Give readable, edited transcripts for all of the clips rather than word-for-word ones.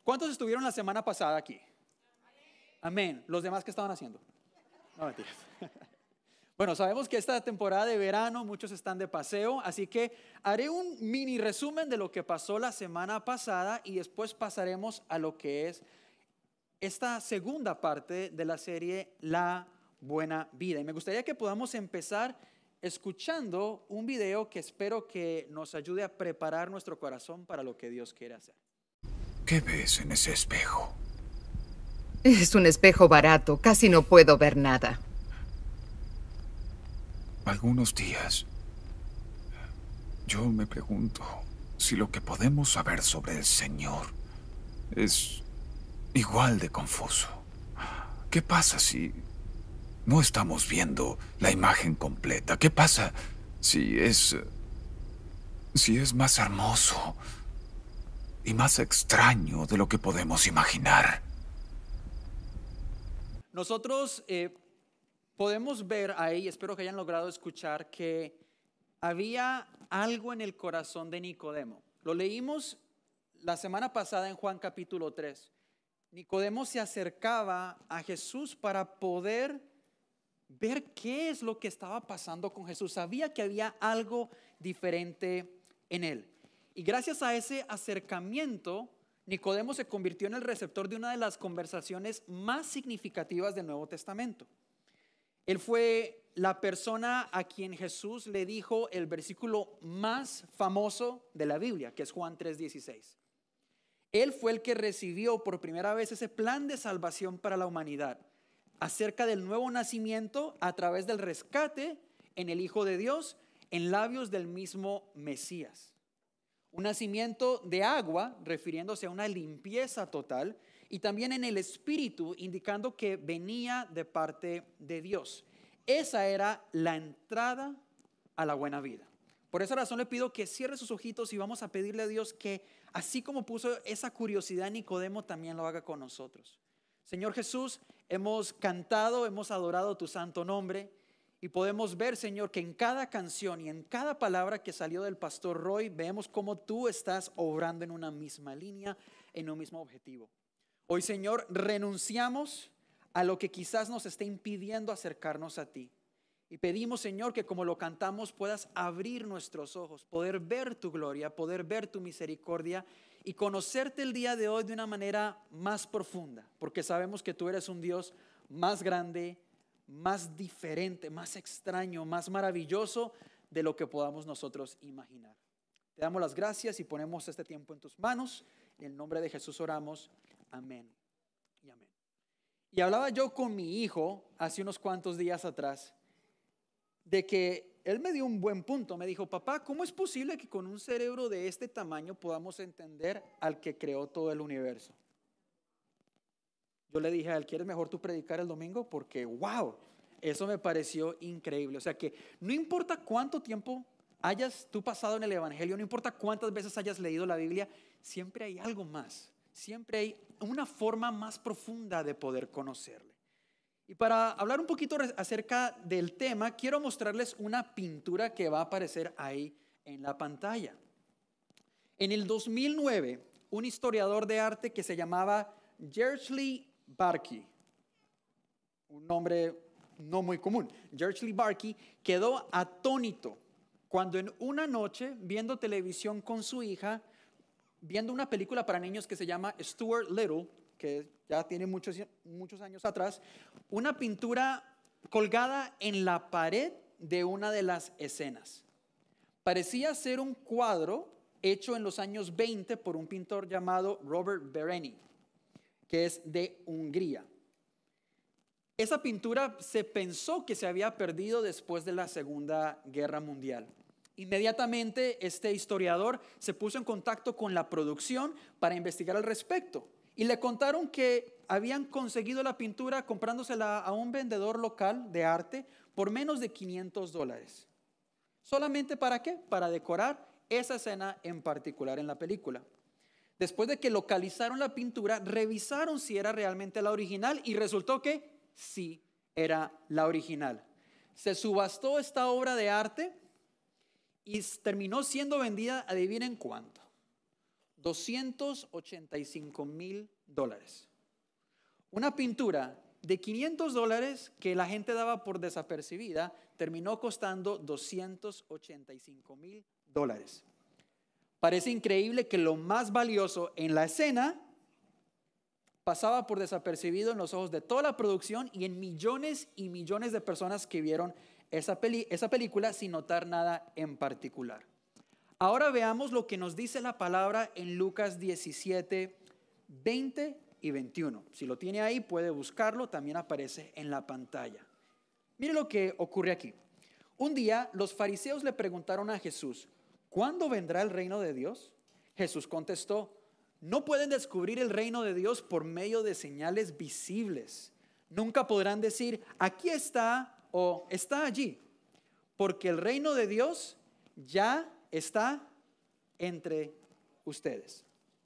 ¿Cuántos estuvieron la semana pasada aquí? Amén. ¿Los demás qué estaban haciendo? No, mentiras. Bueno, sabemos que esta temporada de verano muchos están de paseo, así que haré un mini resumen de lo que pasó la semana pasada y después pasaremos a lo que es esta segunda parte de la serie La Buena Vida. Y me gustaría que podamos empezar escuchando un video que espero que nos ayude a preparar nuestro corazón para lo que Dios quiere hacer. ¿Qué ves en ese espejo? Es un espejo barato, casi no puedo ver nada. Algunos días, yo me pregunto si lo que podemos saber sobre el Señor es igual de confuso. ¿Qué pasa si no estamos viendo la imagen completa? ¿Qué pasa si es más hermoso y más extraño de lo que podemos imaginar? Nosotros podemos ver ahí, espero que hayan logrado escuchar, que había algo en el corazón de Nicodemo. Lo leímos la semana pasada en Juan capítulo 3. Nicodemo se acercaba a Jesús para poder ver qué es lo que estaba pasando con Jesús. Sabía que había algo diferente en él. Y gracias a ese acercamiento, Nicodemo se convirtió en el receptor de una de las conversaciones más significativas del Nuevo Testamento. Él fue la persona a quien Jesús le dijo el versículo más famoso de la Biblia, que es Juan 3:16. Él fue el que recibió por primera vez ese plan de salvación para la humanidad, acerca del nuevo nacimiento a través del rescate en el Hijo de Dios, en labios del mismo Mesías. Un nacimiento de agua, refiriéndose a una limpieza total, y también en el Espíritu, indicando que venía de parte de Dios. Esa era la entrada a la buena vida. Por esa razón le pido que cierre sus ojitos y vamos a pedirle a Dios que, así como puso esa curiosidad en Nicodemo, también lo haga con nosotros. Señor Jesús, hemos cantado, hemos adorado tu santo nombre y podemos ver, Señor, que en cada canción y en cada palabra que salió del pastor Roy, vemos cómo tú estás obrando en una misma línea, en un mismo objetivo. Hoy, Señor, renunciamos a lo que quizás nos esté impidiendo acercarnos a ti. Y pedimos, Señor, que como lo cantamos puedas abrir nuestros ojos, poder ver tu gloria, poder ver tu misericordia y conocerte el día de hoy de una manera más profunda, porque sabemos que tú eres un Dios más grande, más diferente, más extraño, más maravilloso de lo que podamos nosotros imaginar. Te damos las gracias y ponemos este tiempo en tus manos. En el nombre de Jesús oramos. Amén y amén. Y hablaba yo con mi hijo hace unos cuantos días atrás de que él me dio un buen punto. Me dijo: papá, ¿cómo es posible que con un cerebro de este tamaño podamos entender al que creó todo el universo? Yo le dije a él: ¿quieres mejor tú predicar el domingo? Porque wow, eso me pareció increíble. O sea que no importa cuánto tiempo hayas tú pasado en el evangelio, no importa cuántas veces hayas leído la Biblia, siempre hay algo más. Siempre hay una forma más profunda de poder conocerle. Y para hablar un poquito acerca del tema, quiero mostrarles una pintura que va a aparecer ahí en la pantalla. En el 2009, un historiador de arte que se llamaba Gjertsley Barkey, un nombre no muy común, Gjertsley Barkey, quedó atónito cuando en una noche, viendo televisión con su hija, viendo una película para niños que se llama Stuart Little, que ya tiene muchos años atrás, una pintura colgada en la pared de una de las escenas. Parecía ser un cuadro hecho en los años 20 por un pintor llamado Robert Bereni, que es de Hungría. Esa pintura se pensó que se había perdido después de la Segunda Guerra Mundial. Inmediatamente este historiador se puso en contacto con la producción para investigar al respecto y le contaron que habían conseguido la pintura comprándosela a un vendedor local de arte por menos de $500. ¿Solamente para qué? Para decorar esa escena en particular en la película. Después de que localizaron la pintura, revisaron si era realmente la original y resultó que sí era la original. Se subastó esta obra de arte y terminó siendo vendida, adivinen cuánto, $285,000. Una pintura de $500 que la gente daba por desapercibida terminó costando $285,000. Parece increíble que lo más valioso en la escena pasaba por desapercibido en los ojos de toda la producción y en millones y millones de personas que vieron esa película sin notar nada en particular. Ahora veamos lo que nos dice la palabra en Lucas 17, 20 y 21. Si lo tiene ahí, puede buscarlo, también aparece en la pantalla. Mire lo que ocurre aquí. Un día los fariseos le preguntaron a Jesús, ¿cuándo vendrá el reino de Dios? Jesús contestó, no pueden descubrir el reino de Dios por medio de señales visibles. Nunca podrán decir, aquí está o está allí, porque el reino de Dios ya está entre ustedes.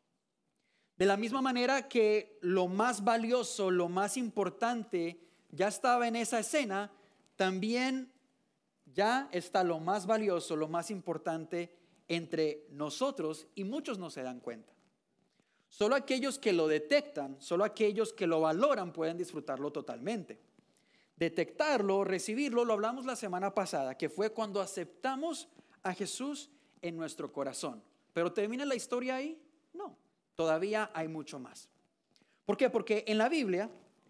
De la misma manera que lo más valioso, lo más importante ya estaba en esa escena, también ya está lo más valioso, lo más importante entre nosotros y muchos no se dan cuenta. Solo aquellos que lo detectan, solo aquellos que lo valoran pueden disfrutarlo totalmente. Detectarlo, recibirlo, lo hablamos la semana pasada, que fue cuando aceptamos a Jesús en nuestro corazón. ¿Pero termina la historia ahí? No, todavía hay mucho más. ¿Por qué? Porque en la Biblia,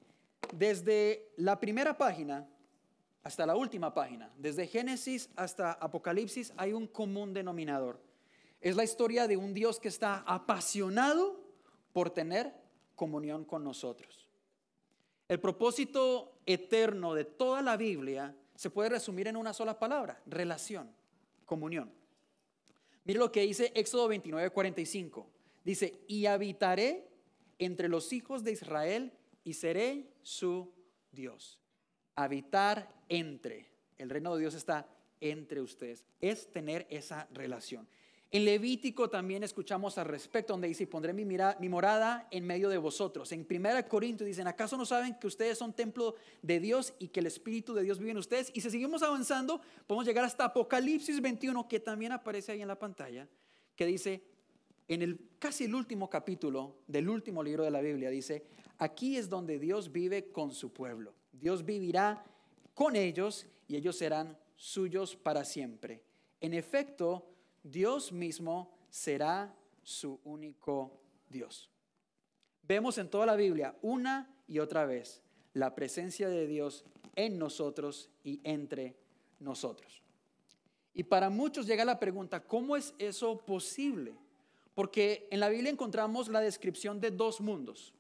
desde la primera página hasta la última página, desde Génesis hasta Apocalipsis, hay un común denominador. Es la historia de un Dios que está apasionado por tener comunión con nosotros. El propósito eterno de toda la Biblia se puede resumir en una sola palabra: relación, comunión. Mire lo que dice Éxodo 29:45. Dice, y habitaré entre los hijos de Israel y seré su Dios. Habitar entre. El reino de Dios está entre ustedes. Es tener esa relación. En Levítico también escuchamos al respecto, donde dice, pondré mi morada en medio de vosotros. En 1 Corintios dicen, ¿acaso no saben que ustedes son templo de Dios y que el Espíritu de Dios vive en ustedes? Y si seguimos avanzando, podemos llegar hasta Apocalipsis 21, que también aparece ahí en la pantalla, que dice, casi el último capítulo del último libro de la Biblia, dice, aquí es donde Dios vive con su pueblo. Dios vivirá con ellos y ellos serán suyos para siempre. En efecto, Dios mismo será su único Dios. Vemos en toda la Biblia una y otra vez la presencia de Dios en nosotros y entre nosotros. Y para muchos llega la pregunta, ¿cómo es eso posible? Porque en la Biblia encontramos la descripción de dos mundos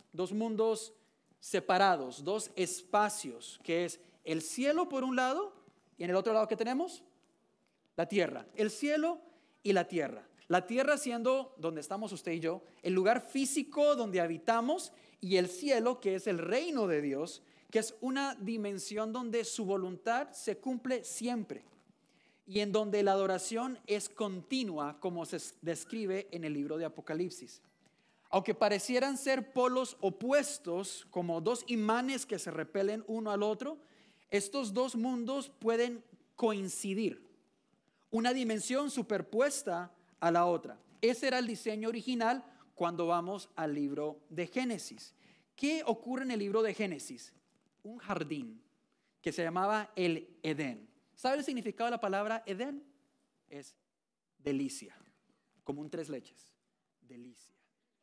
separados, dos espacios, que es el cielo por un lado y en el otro lado ¿qué tenemos? La tierra. El cielo y la tierra. La tierra siendo donde estamos usted y yo, el lugar físico donde habitamos, y el cielo que es el reino de Dios, que es una dimensión donde su voluntad se cumple siempre y en donde la adoración es continua, como se describe en el libro de Apocalipsis. Aunque parecieran ser polos opuestos, como dos imanes que se repelen uno al otro, estos dos mundos pueden coincidir. Una dimensión superpuesta a la otra. Ese era el diseño original cuando vamos al libro de Génesis. ¿Qué ocurre en el libro de Génesis? Un jardín que se llamaba el Edén. ¿Sabe el significado de la palabra Edén? Es delicia, como un tres leches. Delicia.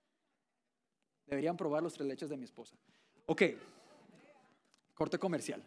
Deberían probar los tres leches de mi esposa. Ok, corte comercial.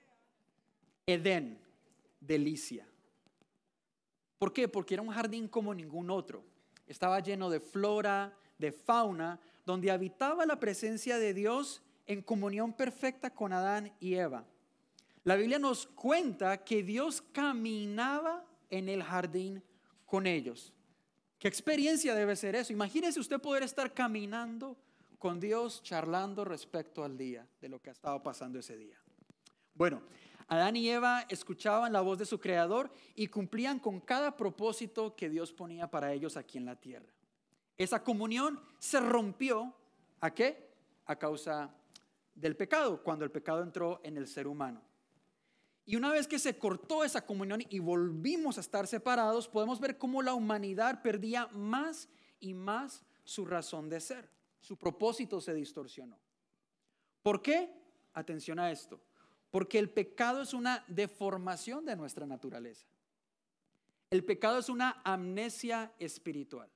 Edén, delicia. ¿Por qué? Porque era un jardín como ningún otro. Estaba lleno de flora, de fauna, donde habitaba la presencia de Dios en comunión perfecta con Adán y Eva. La Biblia nos cuenta que Dios caminaba en el jardín con ellos. ¿Qué experiencia debe ser eso? Imagínese usted poder estar caminando con Dios, charlando respecto al día, de lo que ha estado pasando ese día. Bueno, Adán y Eva escuchaban la voz de su Creador y cumplían con cada propósito que Dios ponía para ellos aquí en la tierra. Esa comunión se rompió, ¿a qué? A causa del pecado, cuando el pecado entró en el ser humano. Y una vez que se cortó esa comunión y volvimos a estar separados, podemos ver cómo la humanidad perdía más y más su razón de ser. Su propósito se distorsionó. ¿Por qué? Atención a esto. Porque el pecado es una deformación de nuestra naturaleza. El pecado es una amnesia espiritual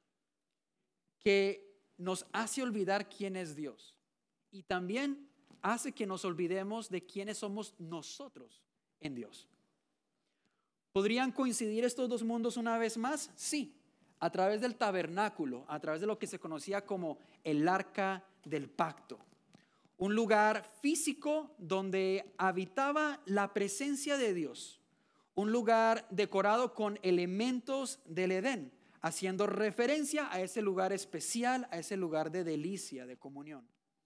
que nos hace olvidar quién es Dios y también hace que nos olvidemos de quiénes somos nosotros en Dios. ¿Podrían coincidir estos dos mundos una vez más? Sí, a través del tabernáculo, a través de lo que se conocía como el arca del pacto. Un lugar físico donde habitaba la presencia de Dios. Un lugar decorado con elementos del Edén, haciendo referencia a ese lugar especial, a ese lugar de delicia, de comunión.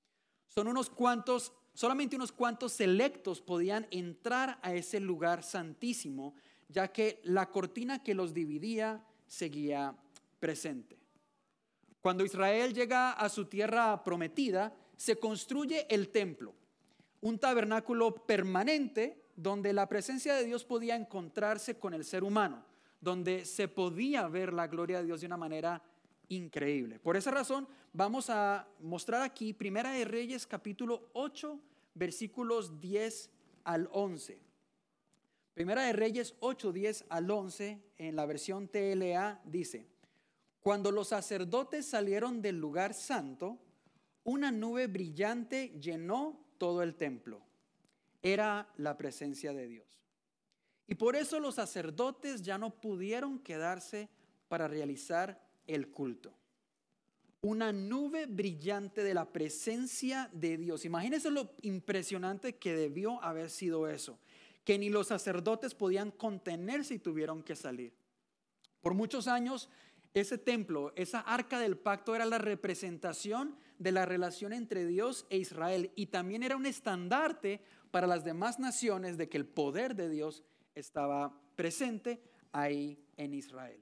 Solamente unos cuantos selectos podían entrar a ese lugar santísimo, ya que la cortina que los dividía seguía presente. Cuando Israel llega a su tierra prometida, se construye el templo, un tabernáculo permanente donde la presencia de Dios podía encontrarse con el ser humano, donde se podía ver la gloria de Dios de una manera increíble. Por esa razón, vamos a mostrar aquí Primera de Reyes capítulo 8, versículos 10 al 11. Primera de Reyes 8, 10 al 11, en la versión TLA, dice: Cuando los sacerdotes salieron del lugar santo, una nube brillante llenó todo el templo. Era la presencia de Dios. Y por eso los sacerdotes ya no pudieron quedarse para realizar el culto. Una nube brillante de la presencia de Dios. Imagínense lo impresionante que debió haber sido eso, que ni los sacerdotes podían contenerse y tuvieron que salir. Por muchos años, ese templo, esa arca del pacto era la representación de la relación entre Dios e Israel y también era un estandarte para las demás naciones de que el poder de Dios estaba presente ahí en Israel.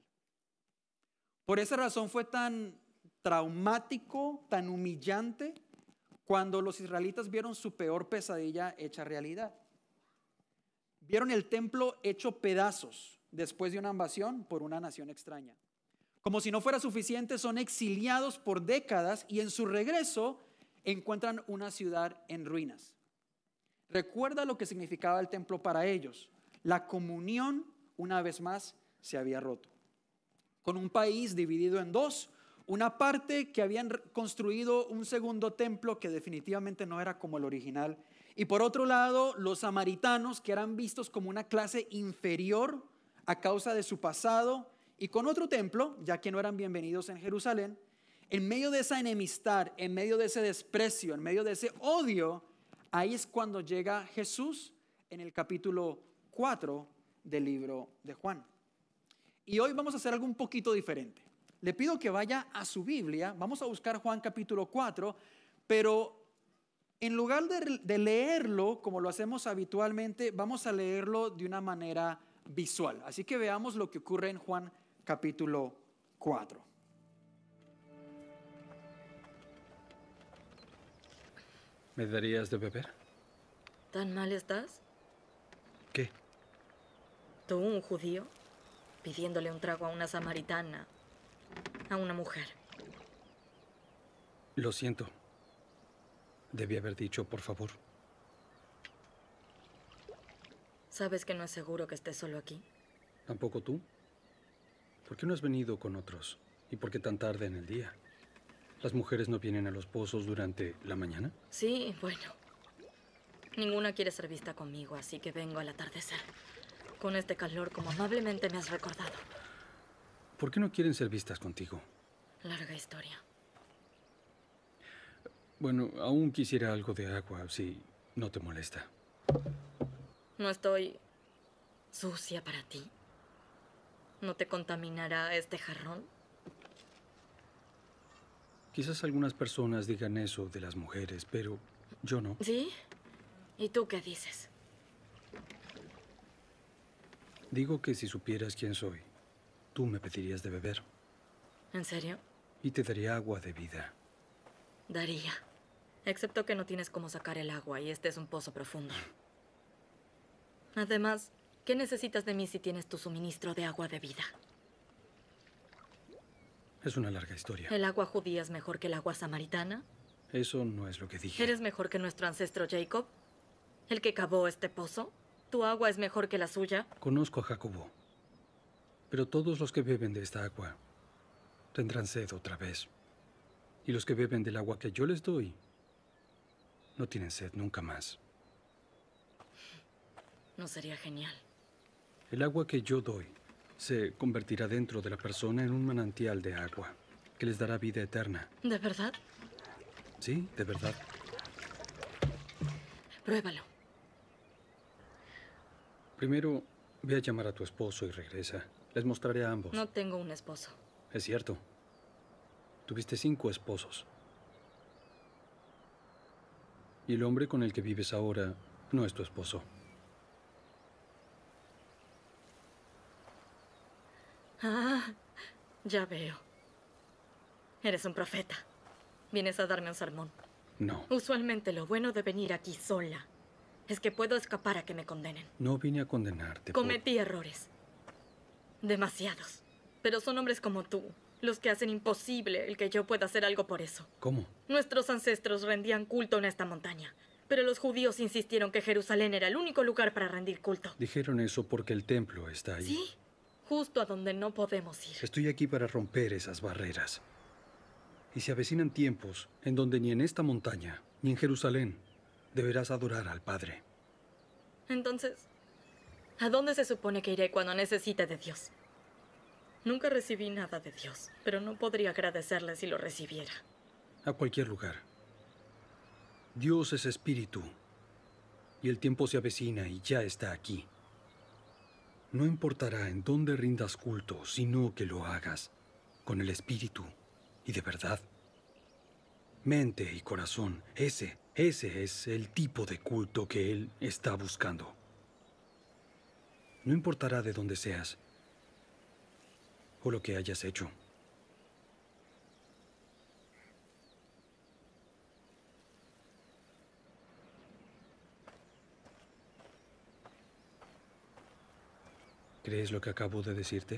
Por esa razón fue tan traumático, tan humillante cuando los israelitas vieron su peor pesadilla hecha realidad. Vieron el templo hecho pedazos después de una invasión por una nación extraña. Como si no fuera suficiente, son exiliados por décadas y en su regreso encuentran una ciudad en ruinas. Recuerda lo que significaba el templo para ellos. La comunión, una vez más, se había roto. Con un país dividido en dos, una parte que habían construido un segundo templo que definitivamente no era como el original. Y por otro lado, los samaritanos, que eran vistos como una clase inferior a causa de su pasado, y con otro templo, ya que no eran bienvenidos en Jerusalén, en medio de esa enemistad, en medio de ese desprecio, en medio de ese odio, ahí es cuando llega Jesús en el capítulo 4 del libro de Juan. Y hoy vamos a hacer algo un poquito diferente. Le pido que vaya a su Biblia, vamos a buscar Juan capítulo 4, pero en lugar de leerlo como lo hacemos habitualmente, vamos a leerlo de una manera visual. Así que veamos lo que ocurre en Juan capítulo 4. ¿Me darías de beber? ¿Tan mal estás? ¿Qué? Tú, un judío, pidiéndole un trago a una samaritana, a una mujer. Lo siento. Debí haber dicho, por favor. ¿Sabes que no es seguro que estés solo aquí? ¿Tampoco tú? ¿Por qué no has venido con otros? ¿Y por qué tan tarde en el día? ¿Las mujeres no vienen a los pozos durante la mañana? Sí, bueno. Ninguna quiere ser vista conmigo, así que vengo al atardecer. Con este calor, como amablemente me has recordado. ¿Por qué no quieren ser vistas contigo? Larga historia. Bueno, aún quisiera algo de agua, si no te molesta. ¿No estoy sucia para ti? ¿No te contaminará este jarrón? Quizás algunas personas digan eso de las mujeres, pero yo no. ¿Sí? ¿Y tú qué dices? Digo que si supieras quién soy, tú me pedirías de beber. ¿En serio? Y te daría agua de vida. Daría. Excepto que no tienes cómo sacar el agua y este es un pozo profundo. Además, ¿qué necesitas de mí si tienes tu suministro de agua de vida? Es una larga historia. ¿El agua judía es mejor que el agua samaritana? Eso no es lo que dije. ¿Eres mejor que nuestro ancestro Jacob? ¿El que cavó este pozo? ¿Tu agua es mejor que la suya? Conozco a Jacobo. Pero todos los que beben de esta agua tendrán sed otra vez. Y los que beben del agua que yo les doy no tienen sed nunca más. ¿No sería genial? El agua que yo doy se convertirá dentro de la persona en un manantial de agua que les dará vida eterna. ¿De verdad? Sí, de verdad. Pruébalo. Primero, ve a llamar a tu esposo y regresa. Les mostraré a ambos. No tengo un esposo. Es cierto. Tuviste 5 esposos. Y el hombre con el que vives ahora no es tu esposo. Ah, ya veo. Eres un profeta. Vienes a darme un sermón. No. Usualmente lo bueno de venir aquí sola es que puedo escapar a que me condenen. No vine a condenarte. Cometí errores. Demasiados. Pero son hombres como tú los que hacen imposible el que yo pueda hacer algo por eso. ¿Cómo? Nuestros ancestros rendían culto en esta montaña, pero los judíos insistieron que Jerusalén era el único lugar para rendir culto. Dijeron eso porque el templo está ahí. Sí, justo a donde no podemos ir. Estoy aquí para romper esas barreras. Y se avecinan tiempos en donde ni en esta montaña, ni en Jerusalén, deberás adorar al Padre. Entonces, ¿a dónde se supone que iré cuando necesite de Dios? Nunca recibí nada de Dios, pero no podría agradecerle si lo recibiera. A cualquier lugar. Dios es espíritu, y el tiempo se avecina y ya está aquí. No importará en dónde rindas culto, sino que lo hagas con el espíritu y de verdad. Mente y corazón, ese es el tipo de culto que Él está buscando. No importará de dónde seas o lo que hayas hecho. ¿Crees lo que acabo de decirte?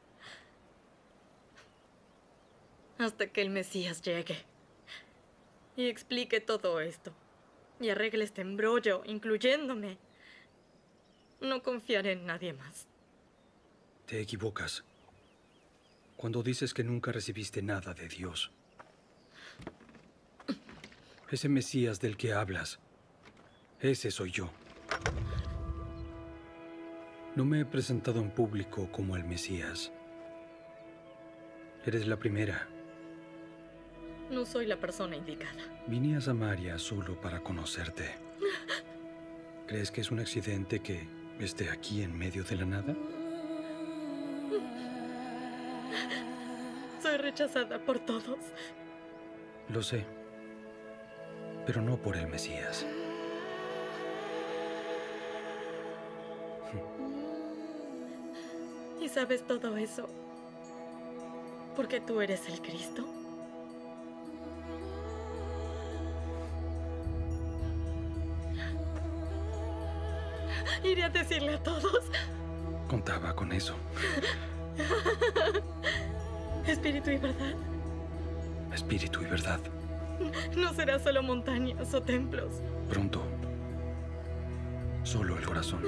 Hasta que el Mesías llegue y explique todo esto y arregle este embrollo, incluyéndome, no confiaré en nadie más. Te equivocas cuando dices que nunca recibiste nada de Dios. Ese Mesías del que hablas, ese soy yo. No me he presentado en público como el Mesías. Eres la primera. No soy la persona indicada. Vine a Samaria solo para conocerte. ¿Crees que es un accidente que esté aquí en medio de la nada? Soy rechazada por todos. Lo sé, pero no por el Mesías. ¿Y sabes todo eso porque tú eres el Cristo? Iré a decirle a todos. Contaba con eso. Espíritu y verdad. Espíritu y verdad. No será solo montañas o templos. Pronto. Solo el corazón.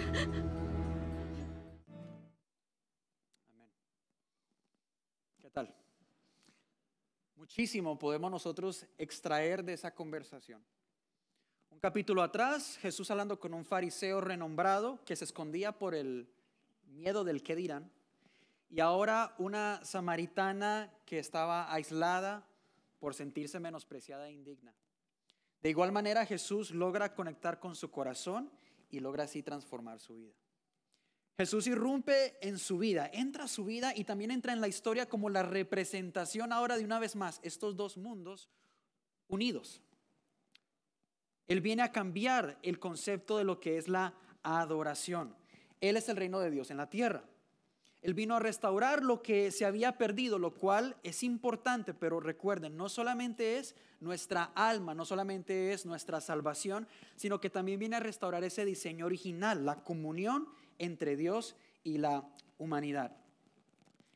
Amén. ¿Qué tal? Muchísimo podemos nosotros extraer de esa conversación. Un capítulo atrás, Jesús hablando con un fariseo renombrado que se escondía por el miedo del qué dirán. Y ahora una samaritana que estaba aislada por sentirse menospreciada e indigna. De igual manera, Jesús logra conectar con su corazón y logra así transformar su vida. Jesús irrumpe en su vida, entra a su vida y también entra en la historia como la representación ahora de una vez más estos dos mundos unidos. Él viene a cambiar el concepto de lo que es la adoración. Él es el reino de Dios en la tierra. Él vino a restaurar lo que se había perdido, lo cual es importante, pero recuerden, no solamente es nuestra alma, no solamente es nuestra salvación, sino que también viene a restaurar ese diseño original, la comunión entre Dios y la humanidad.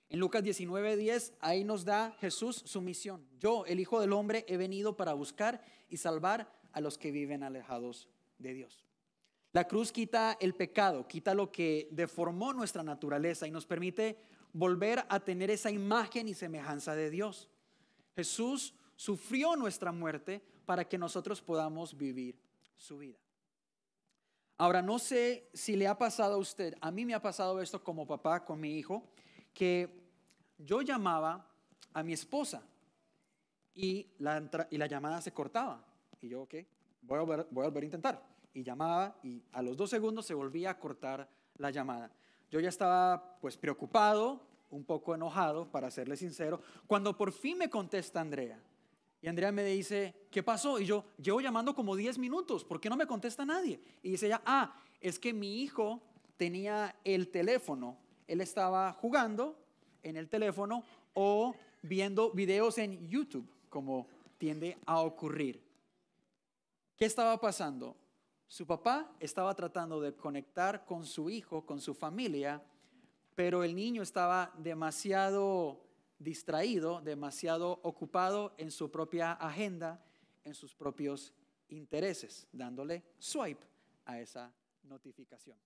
En Lucas 19:10, ahí nos da Jesús su misión. Yo, el Hijo del Hombre, he venido para buscar y salvar a los que viven alejados de Dios. La cruz quita el pecado, quita lo que deformó nuestra naturaleza y nos permite volver a tener esa imagen y semejanza de Dios. Jesús sufrió nuestra muerte para que nosotros podamos vivir su vida. Ahora, no sé si le ha pasado a usted, a mí me ha pasado esto como papá con mi hijo, que yo llamaba a mi esposa y la llamada se cortaba. Y yo, ok, voy a volver a intentar. Y llamaba y a los 2 segundos se volvía a cortar la llamada. Yo ya estaba pues preocupado, un poco enojado, para serle sincero, cuando por fin me contesta Andrea. Y Andrea me dice, ¿qué pasó? Y yo, llevo llamando como 10 minutos, ¿por qué no me contesta nadie? Y dice ella, es que mi hijo tenía el teléfono, él estaba jugando en el teléfono o viendo videos en YouTube, como tiende a ocurrir. ¿Qué estaba pasando? Su papá estaba tratando de conectar con su hijo, con su familia, pero el niño estaba demasiado distraído, demasiado ocupado en su propia agenda, en sus propios intereses, dándole swipe a esa notificación.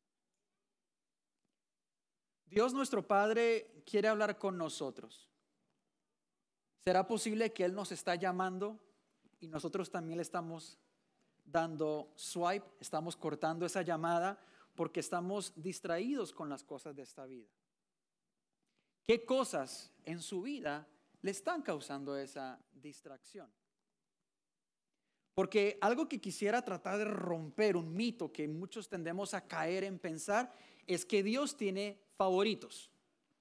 Dios nuestro Padre quiere hablar con nosotros. ¿Será posible que Él nos está llamando y nosotros también le estamos dando swipe, estamos cortando esa llamada porque estamos distraídos con las cosas de esta vida? ¿Qué cosas en su vida le están causando esa distracción? Porque algo que quisiera tratar de romper, un mito que muchos tendemos a caer en pensar, es que Dios tiene favoritos,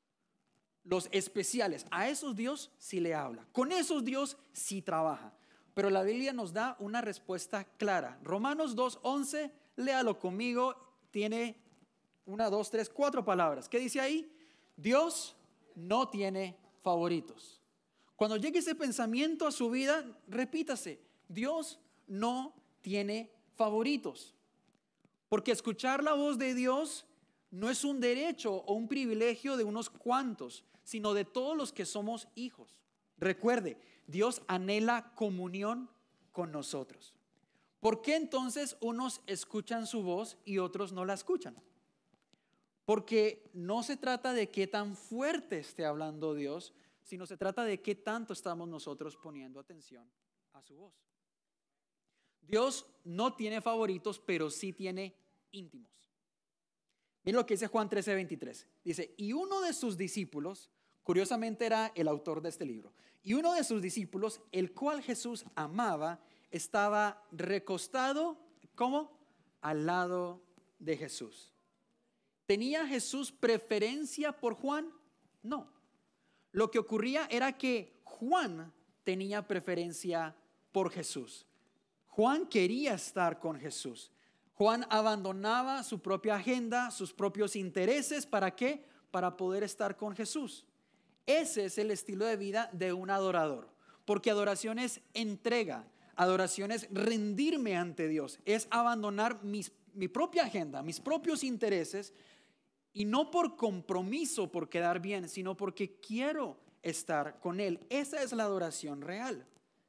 los especiales. A esos Dios sí le habla, con esos Dios sí trabaja. Pero la Biblia nos da una respuesta clara. Romanos 2:11, léalo conmigo, tiene 1, 2, 3, 4 palabras. ¿Qué dice ahí? Dios no tiene favoritos. Cuando llegue ese pensamiento a su vida, repítase, Dios no tiene favoritos. Porque escuchar la voz de Dios no es un derecho o un privilegio de unos cuantos, sino de todos los que somos hijos. Recuerde, Dios anhela comunión con nosotros. ¿Por qué entonces unos escuchan su voz y otros no la escuchan? Porque no se trata de qué tan fuerte esté hablando Dios, sino se trata de qué tanto estamos nosotros poniendo atención a su voz. Dios no tiene favoritos, pero sí tiene íntimos. Miren lo que dice Juan 13:23. Dice, y uno de sus discípulos, curiosamente era el autor de este libro, y uno de sus discípulos, el cual Jesús amaba, estaba recostado, ¿cómo? Al lado de Jesús. ¿Tenía Jesús preferencia por Juan? No. Lo que ocurría era que Juan tenía preferencia por Jesús. Juan quería estar con Jesús. Juan abandonaba su propia agenda, sus propios intereses. ¿Para qué? Para poder estar con Jesús. Ese es el estilo de vida de un adorador. Porque adoración es entrega. Adoración es rendirme ante Dios. Es abandonar mi propia agenda, mis propios intereses. Y no por compromiso, por quedar bien, sino porque quiero estar con Él. Esa es la adoración real.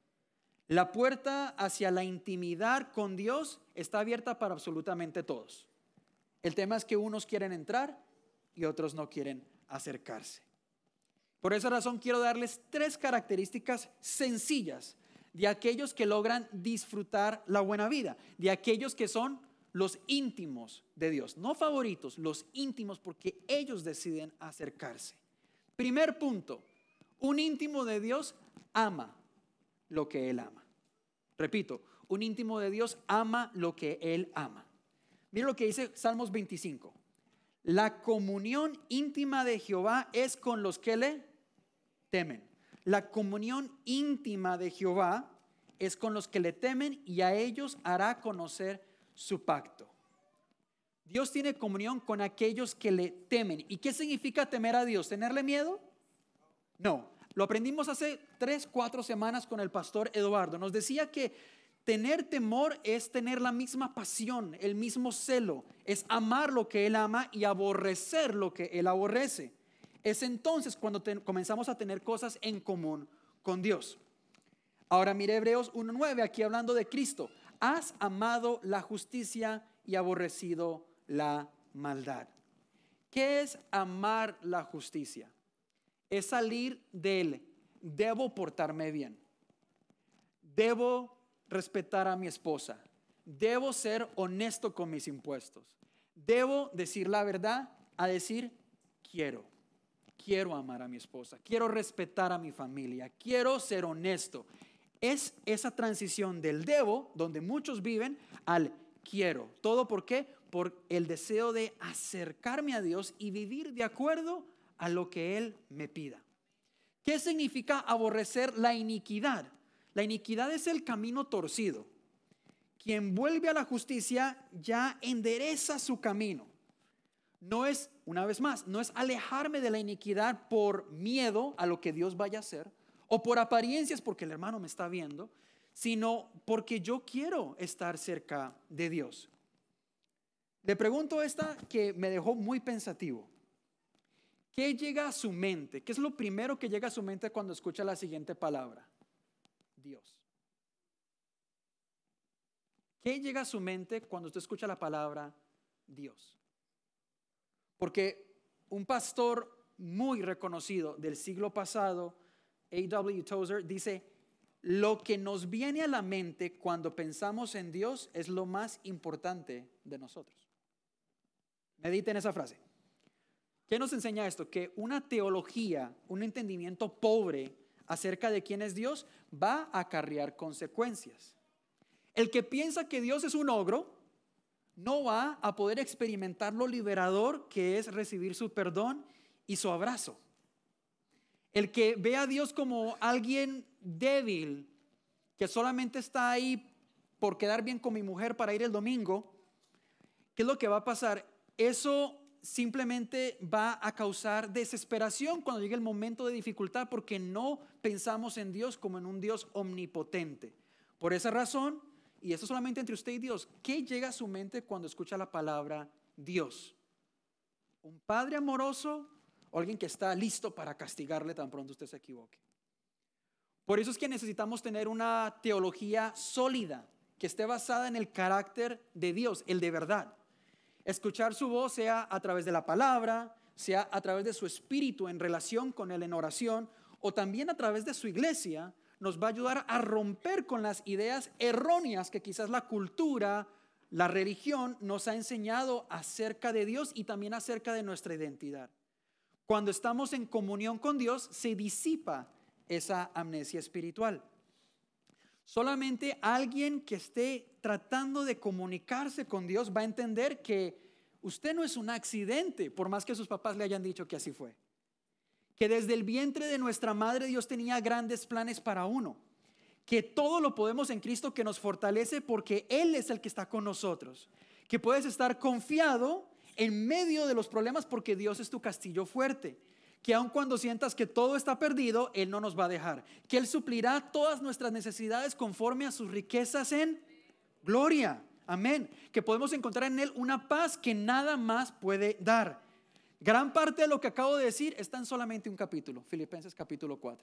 La puerta hacia la intimidad con Dios está abierta para absolutamente todos. El tema es que unos quieren entrar y otros no quieren acercarse. Por esa razón quiero darles 3 características sencillas de aquellos que logran disfrutar la buena vida, de aquellos que son los íntimos de Dios, no favoritos, los íntimos, porque ellos deciden acercarse. Primer punto, un íntimo de Dios ama lo que Él ama. Repito, un íntimo de Dios ama lo que Él ama. Mira lo que dice Salmos 25. La comunión íntima de Jehová es con los que le temen. La comunión íntima de Jehová es con los que le temen y a ellos hará conocer su pacto. Dios tiene comunión con aquellos que le temen. ¿Y qué significa temer a Dios? ¿Tenerle miedo? No. Lo aprendimos hace 3, 4 semanas con el pastor Eduardo. Nos decía que tener temor es tener la misma pasión, el mismo celo. Es amar lo que Él ama y aborrecer lo que Él aborrece. Es entonces cuando comenzamos a tener cosas en común con Dios. Ahora mire Hebreos 1:9, aquí hablando de Cristo. Has amado la justicia y aborrecido la maldad. ¿Qué es amar la justicia? Es salir del debo portarme bien, debo respetar a mi esposa, debo ser honesto con mis impuestos, debo decir la verdad, a decir quiero amar a mi esposa, quiero respetar a mi familia, quiero ser honesto. Es esa transición del debo, donde muchos viven, al quiero. ¿Todo por qué? Por el deseo de acercarme a Dios y vivir de acuerdo a lo que Él me pida. ¿Qué significa aborrecer la iniquidad? La iniquidad es el camino torcido. Quien vuelve a la justicia ya endereza su camino. No es, una vez más, no es alejarme de la iniquidad por miedo a lo que Dios vaya a hacer o por apariencias porque el hermano me está viendo, sino porque yo quiero estar cerca de Dios. Le pregunto esta que me dejó muy pensativo. ¿Qué llega a su mente? ¿Qué es lo primero que llega a su mente cuando escucha la siguiente palabra? Dios. ¿Qué llega a su mente cuando usted escucha la palabra Dios? Porque un pastor muy reconocido del siglo pasado, A.W. Tozer, dice, lo que nos viene a la mente cuando pensamos en Dios es lo más importante de nosotros. Mediten esa frase. ¿Qué nos enseña esto? Que una teología, un entendimiento pobre acerca de quién es Dios va a acarrear consecuencias. El que piensa que Dios es un ogro no va a poder experimentar lo liberador que es recibir su perdón y su abrazo. El que ve a Dios como alguien débil, que solamente está ahí por quedar bien con mi mujer para ir el domingo, ¿qué es lo que va a pasar? Eso simplemente va a causar desesperación cuando llegue el momento de dificultad porque no pensamos en Dios como en un Dios omnipotente. Por esa razón, y esto solamente entre usted y Dios, ¿qué llega a su mente cuando escucha la palabra Dios? ¿Un padre amoroso o alguien que está listo para castigarle tan pronto usted se equivoque? Por eso es que necesitamos tener una teología sólida que esté basada en el carácter de Dios, el de verdad. Escuchar su voz sea a través de la palabra, sea a través de su espíritu en relación con Él en oración o también a través de su iglesia, nos va a ayudar a romper con las ideas erróneas que quizás la cultura, la religión nos ha enseñado acerca de Dios y también acerca de nuestra identidad. Cuando estamos en comunión con Dios, se disipa esa amnesia espiritual. Solamente alguien que esté tratando de comunicarse con Dios va a entender que usted no es un accidente, por más que sus papás le hayan dicho que así fue. Que desde el vientre de nuestra madre Dios tenía grandes planes para uno. Que todo lo podemos en Cristo que nos fortalece porque Él es el que está con nosotros. Que puedes estar confiado en medio de los problemas porque Dios es tu castillo fuerte. Que aun cuando sientas que todo está perdido, Él no nos va a dejar. Que Él suplirá todas nuestras necesidades conforme a sus riquezas en gloria. Amén. Que podemos encontrar en Él una paz que nada más puede dar. Gran parte de lo que acabo de decir está en solamente un capítulo, Filipenses capítulo 4.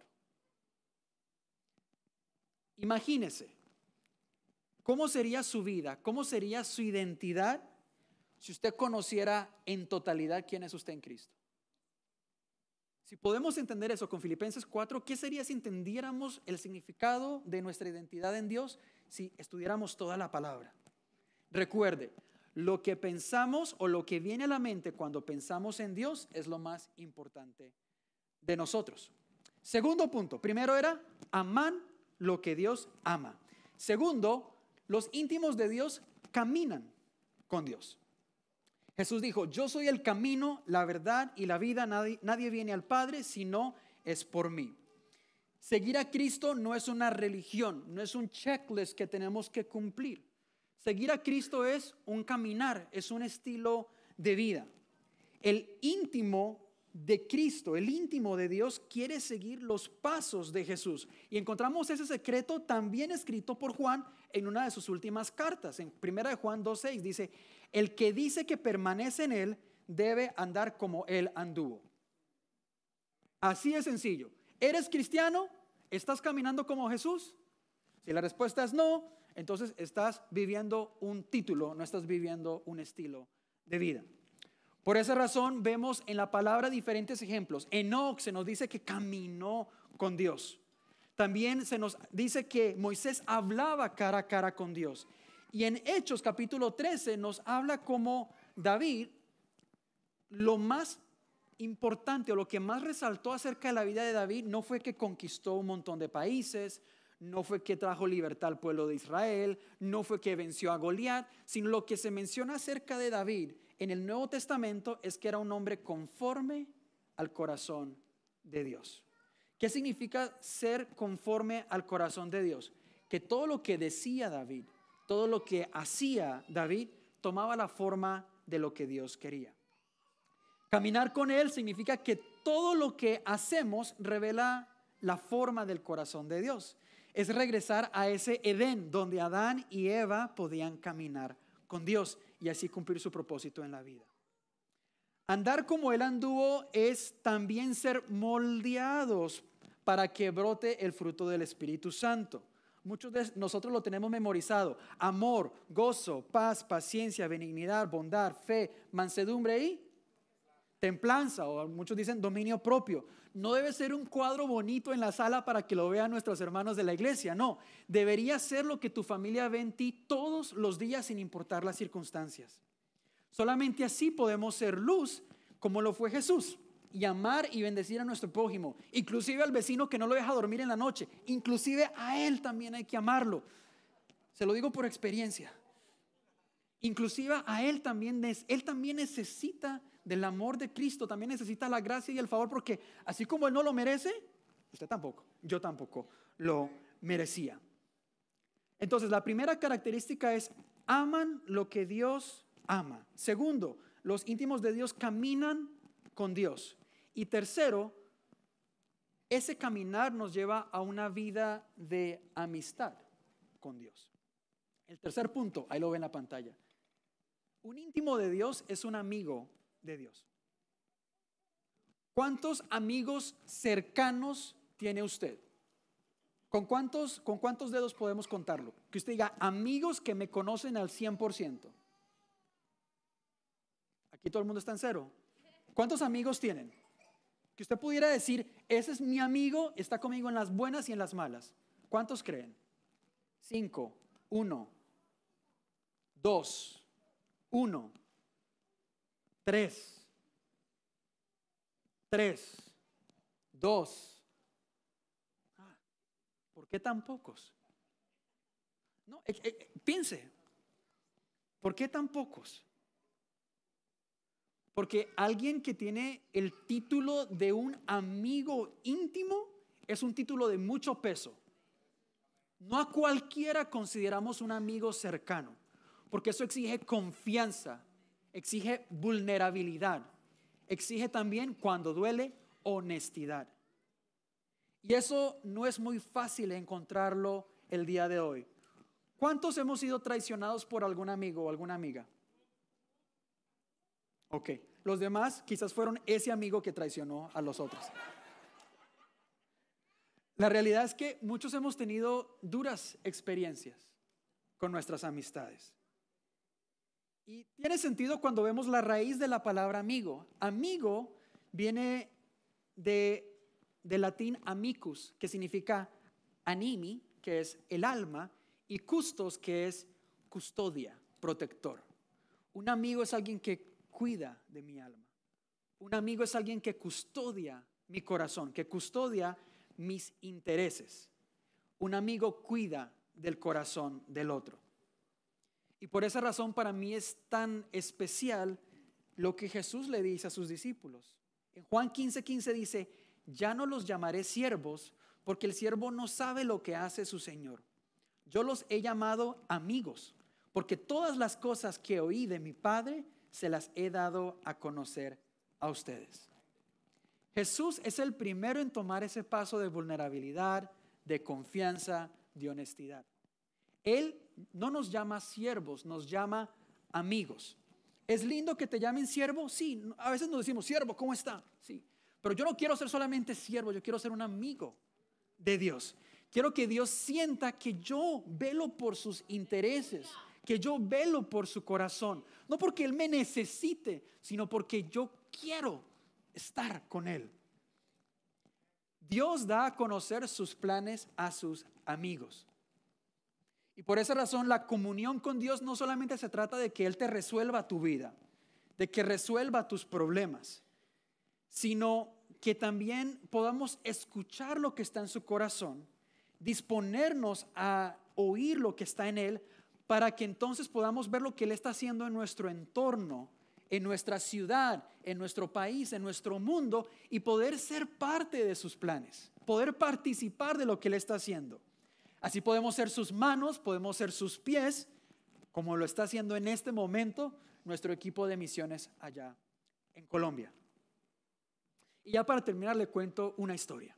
Imagínese, ¿cómo sería su vida? ¿Cómo sería su identidad si usted conociera en totalidad quién es usted en Cristo? Si podemos entender eso con Filipenses 4, ¿qué sería si entendiéramos el significado de nuestra identidad en Dios si estudiáramos toda la palabra? Recuerde, lo que pensamos o lo que viene a la mente cuando pensamos en Dios es lo más importante de nosotros. Segundo punto, primero era aman lo que Dios ama. Segundo, los íntimos de Dios caminan con Dios. Jesús dijo, yo soy el camino, la verdad y la vida, nadie viene al Padre si no es por mí. Seguir a Cristo no es una religión, no es un checklist que tenemos que cumplir. Seguir a Cristo es un caminar, es un estilo de vida. El íntimo de Cristo, el íntimo de Dios, quiere seguir los pasos de Jesús. Y encontramos ese secreto también escrito por Juan en una de sus últimas cartas. En 1 Juan 2:6 dice, el que dice que permanece en Él debe andar como Él anduvo. Así de sencillo. ¿Eres cristiano? ¿Estás caminando como Jesús? Si la respuesta es no, entonces estás viviendo un título, no estás viviendo un estilo de vida. Por esa razón vemos en la palabra diferentes ejemplos. Enoc se nos dice que caminó con Dios. También se nos dice que Moisés hablaba cara a cara con Dios. Y en Hechos capítulo 13 nos habla como David, lo más importante o lo que más resaltó acerca de la vida de David no fue que conquistó un montón de países, no fue que trajo libertad al pueblo de Israel, no fue que venció a Goliat, sino lo que se menciona acerca de David en el Nuevo Testamento es que era un hombre conforme al corazón de Dios. ¿Qué significa ser conforme al corazón de Dios? Que todo lo que decía David, todo lo que hacía David, tomaba la forma de lo que Dios quería. Caminar con Él significa que todo lo que hacemos revela la forma del corazón de Dios. Es regresar a ese Edén donde Adán y Eva podían caminar con Dios y así cumplir su propósito en la vida. Andar como Él anduvo es también ser moldeados para que brote el fruto del Espíritu Santo. Muchos de nosotros lo tenemos memorizado. Amor, gozo, paz, paciencia, benignidad, bondad, fe, mansedumbre y templanza, o muchos dicen dominio propio. No debe ser un cuadro bonito en la sala para que lo vean nuestros hermanos de la iglesia. No, debería ser lo que tu familia ve en ti todos los días sin importar las circunstancias. Solamente así podemos ser luz como lo fue Jesús y amar y bendecir a nuestro prójimo, inclusive al vecino que no lo deja dormir en la noche, inclusive a él también hay que amarlo. Se lo digo por experiencia. Inclusive a él también necesita del amor de Cristo, también necesita la gracia y el favor, porque así como él no lo merece, usted tampoco, yo tampoco lo merecía. Entonces, la primera característica es aman lo que Dios ama. Segundo, los íntimos de Dios caminan con Dios. Y tercero, ese caminar nos lleva a una vida de amistad con Dios. El tercer punto, ahí lo ve en la pantalla. Un íntimo de Dios es un amigo de Dios. ¿Cuántos amigos cercanos tiene usted? ¿Con cuántos dedos podemos contarlo? Que usted diga, amigos que me conocen al 100%. Aquí todo el mundo está en cero. ¿Cuántos amigos tienen? Que usted pudiera decir, ese es mi amigo, está conmigo en las buenas y en las malas. ¿Cuántos creen? 5, 1, 2, 1, 3, 2. ¿Por qué tan pocos? No, piense, ¿por qué tan pocos? Porque alguien que tiene el título de un amigo íntimo es un título de mucho peso. No a cualquiera consideramos un amigo cercano, porque eso exige confianza, exige vulnerabilidad, exige también, cuando duele, honestidad. Y eso no es muy fácil encontrarlo el día de hoy. ¿Cuántos hemos sido traicionados por algún amigo o alguna amiga? Ok, los demás quizás fueron ese amigo que traicionó a los otros. La realidad es que muchos hemos tenido duras experiencias con nuestras amistades. Y tiene sentido cuando vemos la raíz de la palabra amigo. Amigo viene del latín amicus, que significa animi, que es el alma, y custos, que es custodia, protector. Un amigo es alguien que cuida de mi alma. Un amigo es alguien que custodia mi corazón, que custodia mis intereses. Un amigo cuida del corazón del otro. Y por esa razón para mí es tan especial lo que Jesús le dice a sus discípulos. En Juan 15:15 dice, ya no los llamaré siervos, porque el siervo no sabe lo que hace su Señor. Yo los he llamado amigos, porque todas las cosas que oí de mi Padre se las he dado a conocer a ustedes. Jesús es el primero en tomar ese paso de vulnerabilidad, de confianza, de honestidad. Él no nos llama siervos, nos llama amigos. ¿Es lindo que te llamen siervo? Sí, a veces nos decimos, siervo, ¿cómo está? Sí, Pero yo no quiero ser solamente siervo, yo quiero ser un amigo de Dios. Quiero que Dios sienta que yo velo por sus intereses, que yo velo por su corazón. No porque Él me necesite, sino porque yo quiero estar con Él. Dios da a conocer sus planes a sus amigos. Y por esa razón la comunión con Dios no solamente se trata de que Él te resuelva tu vida, de que resuelva tus problemas, sino que también podamos escuchar lo que está en su corazón, disponernos a oír lo que está en Él, para que entonces podamos ver lo que Él está haciendo en nuestro entorno, en nuestra ciudad, en nuestro país, en nuestro mundo, y poder ser parte de sus planes, poder participar de lo que Él está haciendo. Así podemos ser sus manos, podemos ser sus pies, como lo está haciendo en este momento nuestro equipo de misiones allá en Colombia. Y ya para terminar le cuento una historia.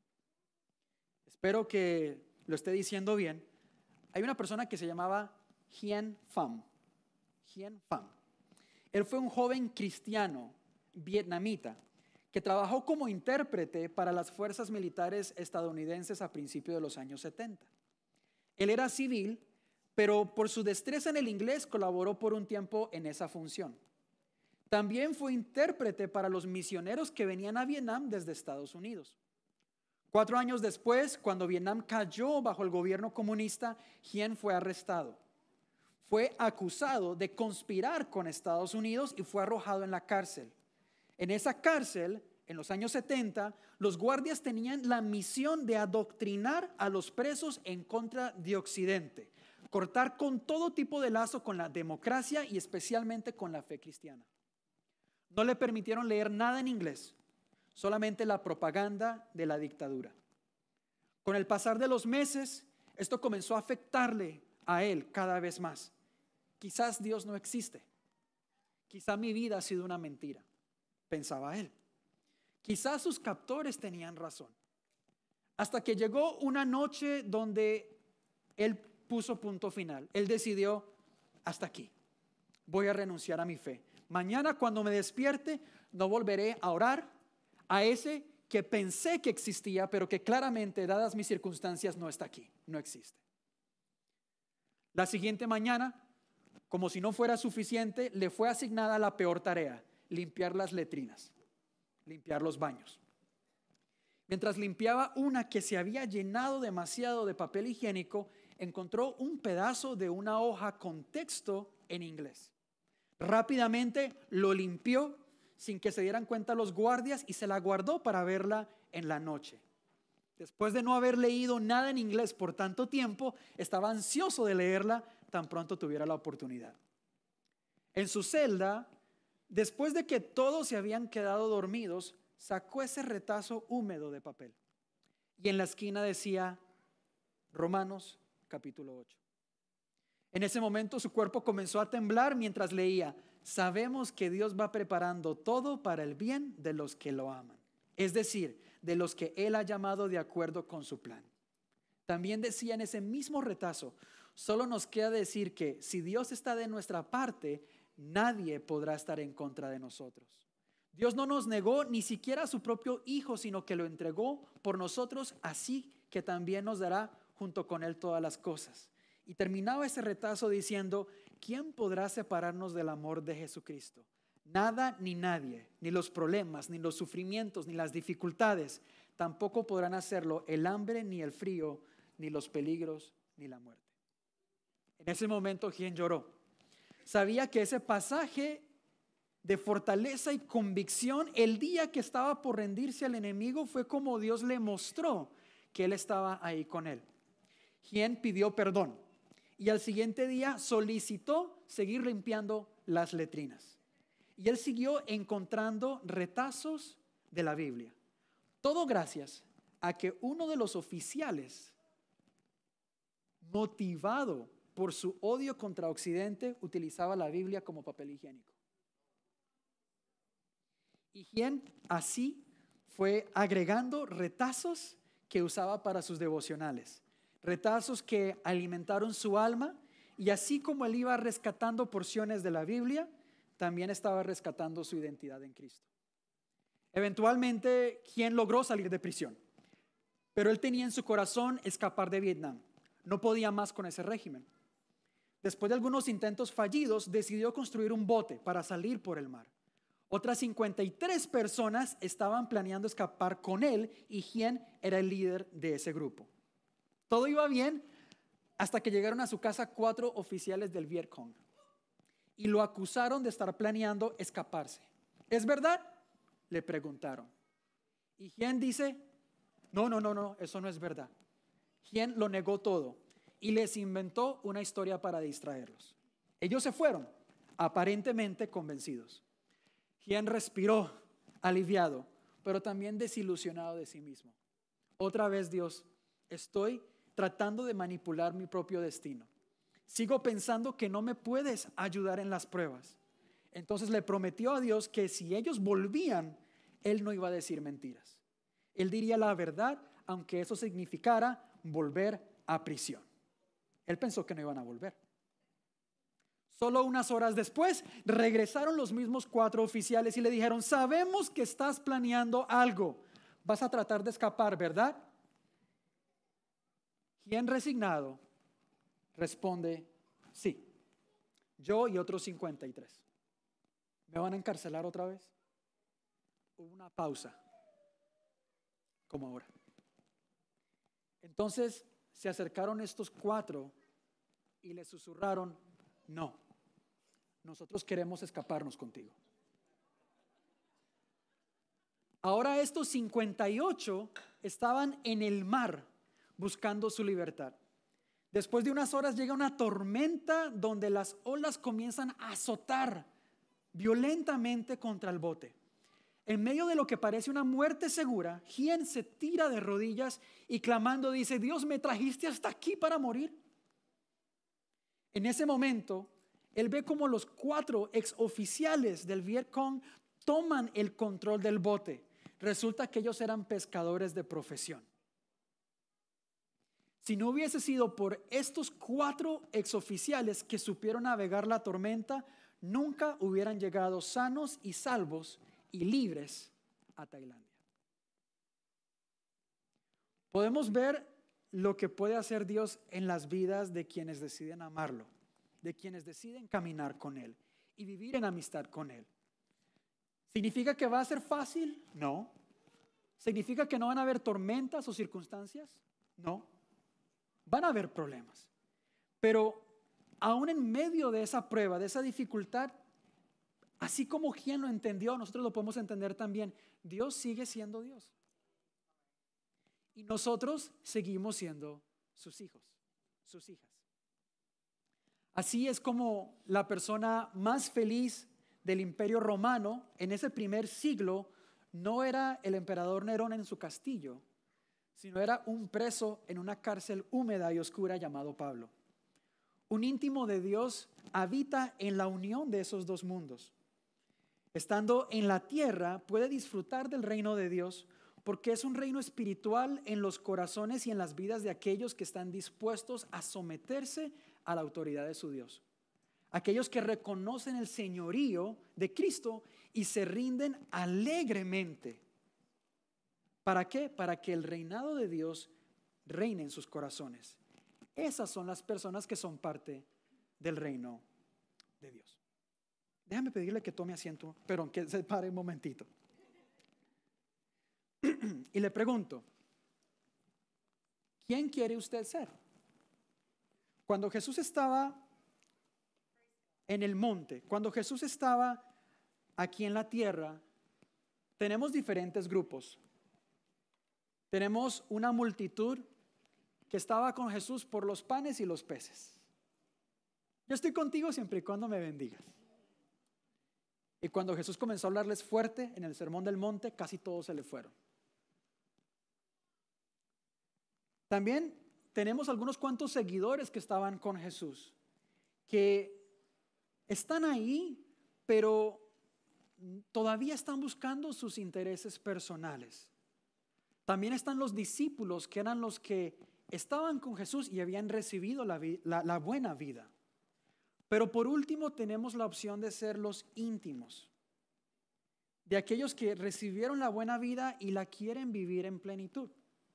Espero que lo esté diciendo bien. Hay una persona que se llamaba Hien Pham. Hien Pham. Él fue un joven cristiano vietnamita que trabajó como intérprete para las fuerzas militares estadounidenses a principios de los años 70. Él era civil, pero por su destreza en el inglés colaboró por un tiempo en esa función. También fue intérprete para los misioneros que venían a Vietnam desde Estados Unidos. 4 años después, cuando Vietnam cayó bajo el gobierno comunista, Hien fue arrestado. Fue acusado de conspirar con Estados Unidos y fue arrojado en la cárcel. En esa cárcel, en los años 70, los guardias tenían la misión de adoctrinar a los presos en contra de Occidente, cortar con todo tipo de lazo con la democracia y especialmente con la fe cristiana. No le permitieron leer nada en inglés, solamente la propaganda de la dictadura. Con el pasar de los meses, esto comenzó a afectarle a él cada vez más. Quizás Dios no existe. Quizá mi vida ha sido una mentira, pensaba él. Quizás sus captores tenían razón. Hasta que llegó una noche donde él puso punto final. Él decidió, hasta aquí, voy a renunciar a mi fe. Mañana cuando me despierte, no volveré a orar a ese que pensé que existía, pero que claramente, dadas mis circunstancias, no está aquí, no existe. La siguiente mañana, como si no fuera suficiente, le fue asignada la peor tarea: limpiar las letrinas, limpiar los baños. Mientras limpiaba una que se había llenado demasiado de papel higiénico, encontró un pedazo de una hoja con texto en inglés. Rápidamente lo limpió sin que se dieran cuenta los guardias y se la guardó para verla en la noche. Después de no haber leído nada en inglés por tanto tiempo, estaba ansioso de leerla tan pronto tuviera la oportunidad. En su celda, después de que todos se habían quedado dormidos, sacó ese retazo húmedo de papel. Y en la esquina decía Romanos capítulo 8. En ese momento su cuerpo comenzó a temblar mientras leía: sabemos que Dios va preparando todo para el bien de los que lo aman, es decir, de los que Él ha llamado de acuerdo con su plan. También decía en ese mismo retazo: solo nos queda decir que si Dios está de nuestra parte, nadie podrá estar en contra de nosotros. Dios no nos negó ni siquiera a su propio Hijo, sino que lo entregó por nosotros, así que también nos dará junto con Él todas las cosas. Y terminaba ese retazo diciendo: ¿quién podrá separarnos del amor de Jesucristo? Nada ni nadie, ni los problemas, ni los sufrimientos, ni las dificultades, tampoco podrán hacerlo el hambre, ni el frío, ni los peligros, ni la muerte. En ese momento, Hien lloró. Sabía que ese pasaje de fortaleza y convicción, el día que estaba por rendirse al enemigo, fue como Dios le mostró que Él estaba ahí con él. Hien pidió perdón y al siguiente día solicitó seguir limpiando las letrinas. Y él siguió encontrando retazos de la Biblia. Todo gracias a que uno de los oficiales, motivado por su odio contra Occidente, utilizaba la Biblia como papel higiénico. Y Hien así fue agregando retazos que usaba para sus devocionales. Retazos que alimentaron su alma, y así como él iba rescatando porciones de la Biblia, también estaba rescatando su identidad en Cristo. Eventualmente, Hien logró salir de prisión, pero él tenía en su corazón escapar de Vietnam. No podía más con ese régimen. Después de algunos intentos fallidos, decidió construir un bote para salir por el mar. Otras 53 personas estaban planeando escapar con él y Hien era el líder de ese grupo. Todo iba bien hasta que llegaron a su casa 4 oficiales del Viet Cong y lo acusaron de estar planeando escaparse. ¿Es verdad?, le preguntaron. Y Hien dice, no, eso no es verdad. Hien lo negó todo y les inventó una historia para distraerlos. Ellos se fueron, aparentemente convencidos. Hien respiró, aliviado, pero también desilusionado de sí mismo. Otra vez, Dios, estoy tratando de manipular mi propio destino. Sigo pensando que no me puedes ayudar en las pruebas. Entonces le prometió a Dios que si ellos volvían, él no iba a decir mentiras. Él diría la verdad, aunque eso significara volver a prisión. Él pensó que no iban a volver. Solo unas horas después regresaron los mismos 4 oficiales y le dijeron, sabemos que estás planeando algo. Vas a tratar de escapar, ¿verdad? Hien, resignado, responde, sí, yo y otros 53. ¿Me van a encarcelar otra vez? Hubo una pausa, como ahora. Entonces se acercaron estos 4 y le susurraron, no, nosotros queremos escaparnos contigo. Ahora estos 58 estaban en el mar buscando su libertad. Después de unas horas llega una tormenta donde las olas comienzan a azotar violentamente contra el bote. En medio de lo que parece una muerte segura, Hien se tira de rodillas y clamando dice, Dios, ¿me trajiste hasta aquí para morir? En ese momento, él ve como los 4 exoficiales del Viet Cong toman el control del bote. Resulta que ellos eran pescadores de profesión. Si no hubiese sido por estos 4 exoficiales que supieron navegar la tormenta, nunca hubieran llegado sanos y salvos y libres a Tailandia. Podemos ver lo que puede hacer Dios en las vidas de quienes deciden amarlo, de quienes deciden caminar con Él y vivir en amistad con Él. ¿Significa que va a ser fácil? No. ¿Significa que no van a haber tormentas o circunstancias? No. Van a haber problemas. Pero aún en medio de esa prueba, de esa dificultad, así como Hien lo entendió, nosotros lo podemos entender también. Dios sigue siendo Dios. Y nosotros seguimos siendo sus hijos, sus hijas. Así es como la persona más feliz del Imperio Romano en ese primer siglo no era el emperador Nerón en su castillo, sino era un preso en una cárcel húmeda y oscura llamado Pablo. Un íntimo de Dios habita en la unión de esos dos mundos. Estando en la tierra puede disfrutar del reino de Dios porque es un reino espiritual en los corazones y en las vidas de aquellos que están dispuestos a someterse a la autoridad de su Dios. Aquellos que reconocen el señorío de Cristo y se rinden alegremente. ¿Para qué? Para que el reinado de Dios reine en sus corazones. Esas son las personas que son parte del reino de Dios. Déjame pedirle que tome asiento, pero que se pare un momentito. Y le pregunto, ¿quién quiere usted ser? Cuando Jesús estaba en el monte, cuando Jesús estaba aquí en la tierra, tenemos diferentes grupos. Tenemos una multitud que estaba con Jesús por los panes y los peces. Yo estoy contigo siempre y cuando me bendigas. Y cuando Jesús comenzó a hablarles fuerte en el Sermón del Monte, casi todos se le fueron. También tenemos algunos cuantos seguidores que estaban con Jesús, que están ahí, pero todavía están buscando sus intereses personales. También están los discípulos, que eran los que estaban con Jesús y habían recibido la buena vida. Pero por último tenemos la opción de ser los íntimos, de aquellos que recibieron la buena vida y la quieren vivir en plenitud.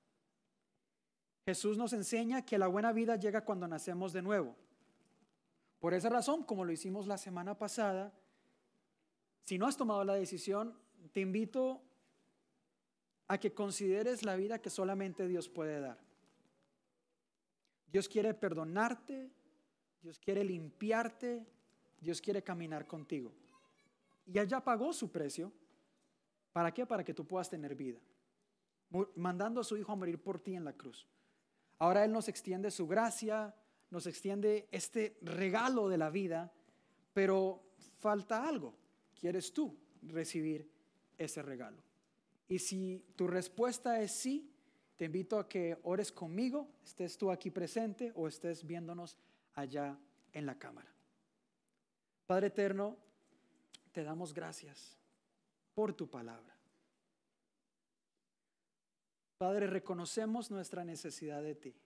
Jesús nos enseña que la buena vida llega cuando nacemos de nuevo. Por esa razón, como lo hicimos la semana pasada, si no has tomado la decisión, te invito a que consideres la vida que solamente Dios puede dar. Dios quiere perdonarte, Dios quiere limpiarte, Dios quiere caminar contigo. Y Él ya pagó su precio. ¿Para qué? Para que tú puedas tener vida, mandando a su Hijo a morir por ti en la cruz. Ahora Él nos extiende su gracia, nos extiende este regalo de la vida, pero falta algo. ¿Quieres tú recibir ese regalo? Y si tu respuesta es sí, te invito a que ores conmigo, estés tú aquí presente o estés viéndonos allá en la cámara. Padre eterno, te damos gracias por tu palabra. Padre, reconocemos nuestra necesidad de ti.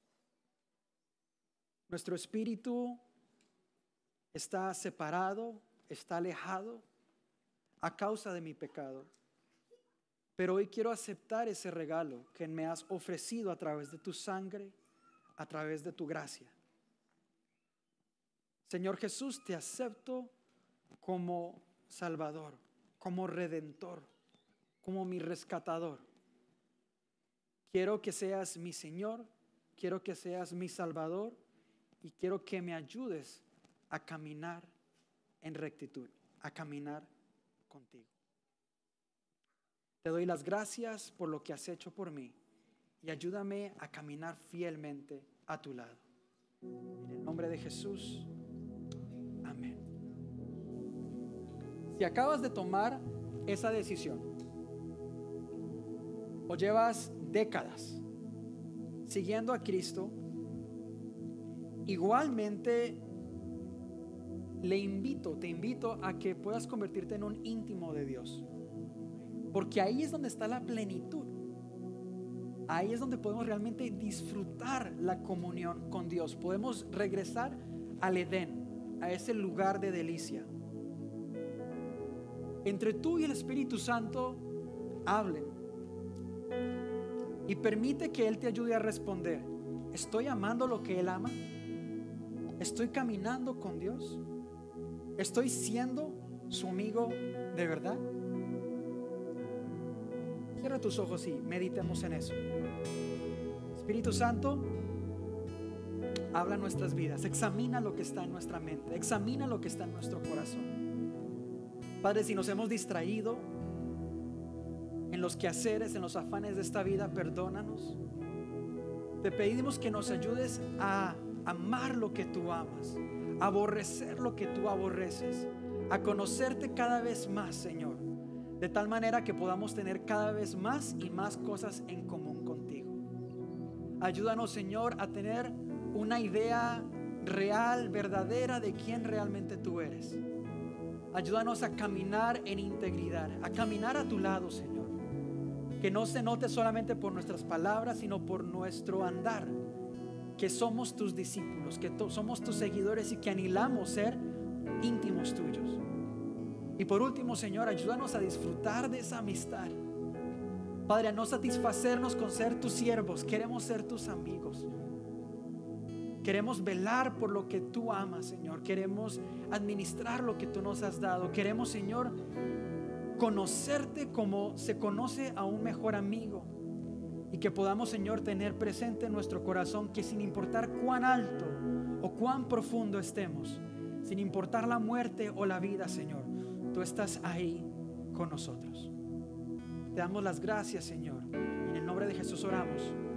Nuestro espíritu está separado, está alejado a causa de mi pecado. Pero hoy quiero aceptar ese regalo que me has ofrecido a través de tu sangre, a través de tu gracia. Señor Jesús, te acepto como Salvador, como Redentor, como mi rescatador. Quiero que seas mi Señor, quiero que seas mi Salvador y quiero que me ayudes a caminar en rectitud, a caminar contigo. Te doy las gracias por lo que has hecho por mí y ayúdame a caminar fielmente a tu lado. En el nombre de Jesús, amén. Si acabas de tomar esa decisión o llevas décadas siguiendo a Cristo, igualmente te invito a que puedas convertirte en un íntimo de Dios. Porque ahí es donde está la plenitud. Ahí es donde podemos realmente disfrutar la comunión con Dios. Podemos regresar al Edén, a ese lugar de delicia. Entre tú y el Espíritu Santo, hablen. Y permite que Él te ayude a responder. ¿Estoy amando lo que Él ama? ¿Estoy caminando con Dios? ¿Estoy siendo su amigo de verdad? Cierra tus ojos y meditemos en eso. Espíritu Santo, habla nuestras vidas, examina lo que está en nuestra mente, examina lo que está en nuestro corazón. Padre, si nos hemos distraído en los quehaceres, en los afanes de esta vida, perdónanos. Te pedimos que nos ayudes a amar lo que tú amas, a aborrecer lo que tú aborreces, a conocerte cada vez más, Señor, de tal manera que podamos tener cada vez más y más cosas en común contigo. Ayúdanos, Señor, a tener una idea real, verdadera de quién realmente tú eres. Ayúdanos a caminar en integridad, a caminar a tu lado, Señor. Que no se note solamente por nuestras palabras, sino por nuestro andar. Que somos tus discípulos, que somos tus seguidores y que anhelamos ser íntimos tuyos. Y por último, Señor, ayúdanos a disfrutar de esa amistad. Padre, a no satisfacernos con ser tus siervos, queremos ser tus amigos. Queremos velar por lo que tú amas, Señor. Queremos administrar lo que tú nos has dado. Queremos, Señor, conocerte como se conoce a un mejor amigo. Y que podamos, Señor, tener presente en nuestro corazón que sin importar cuán alto o cuán profundo estemos, sin importar la muerte o la vida, Señor, tú estás ahí con nosotros. Te damos las gracias, Señor. En el nombre de Jesús oramos.